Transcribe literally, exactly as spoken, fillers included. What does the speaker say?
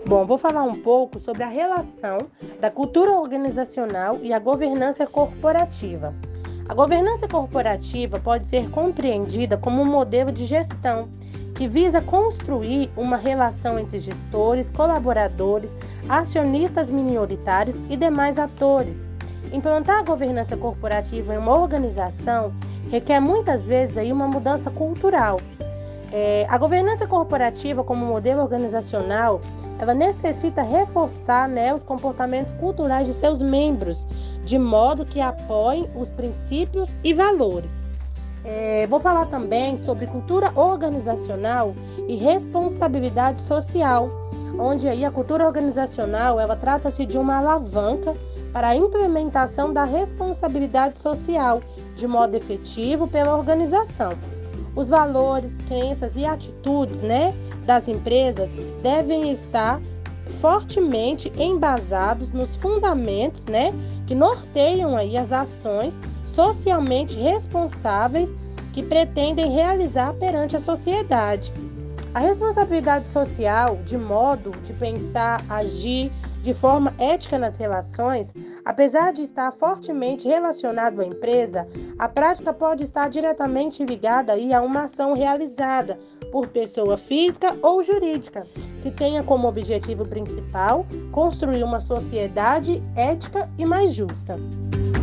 Bom, vou falar um pouco sobre a relação da cultura organizacional e a governança corporativa. A governança corporativa pode ser compreendida como um modelo de gestão que visa construir uma relação entre gestores, colaboradores, acionistas minoritários e demais atores. Implantar a governança corporativa em uma organização requer muitas vezes aí uma mudança cultural. É, a governança corporativa como modelo organizacional, ela necessita reforçar, né, os comportamentos culturais de seus membros, de modo que apoiem os princípios e valores. É, vou falar também sobre cultura organizacional e responsabilidade social, onde aí a cultura organizacional ela trata-se de uma alavanca para a implementação da responsabilidade social de modo efetivo pela organização. Os valores, crenças e atitudes, né, das empresas devem estar fortemente embasados nos fundamentos, né, que norteiam aí as ações socialmente responsáveis que pretendem realizar perante a sociedade. A responsabilidade social, de modo de pensar, agir de forma ética nas relações, apesar de estar fortemente relacionado à empresa, a prática pode estar diretamente ligada aí a uma ação realizada por pessoa física ou jurídica, que tenha como objetivo principal construir uma sociedade ética e mais justa.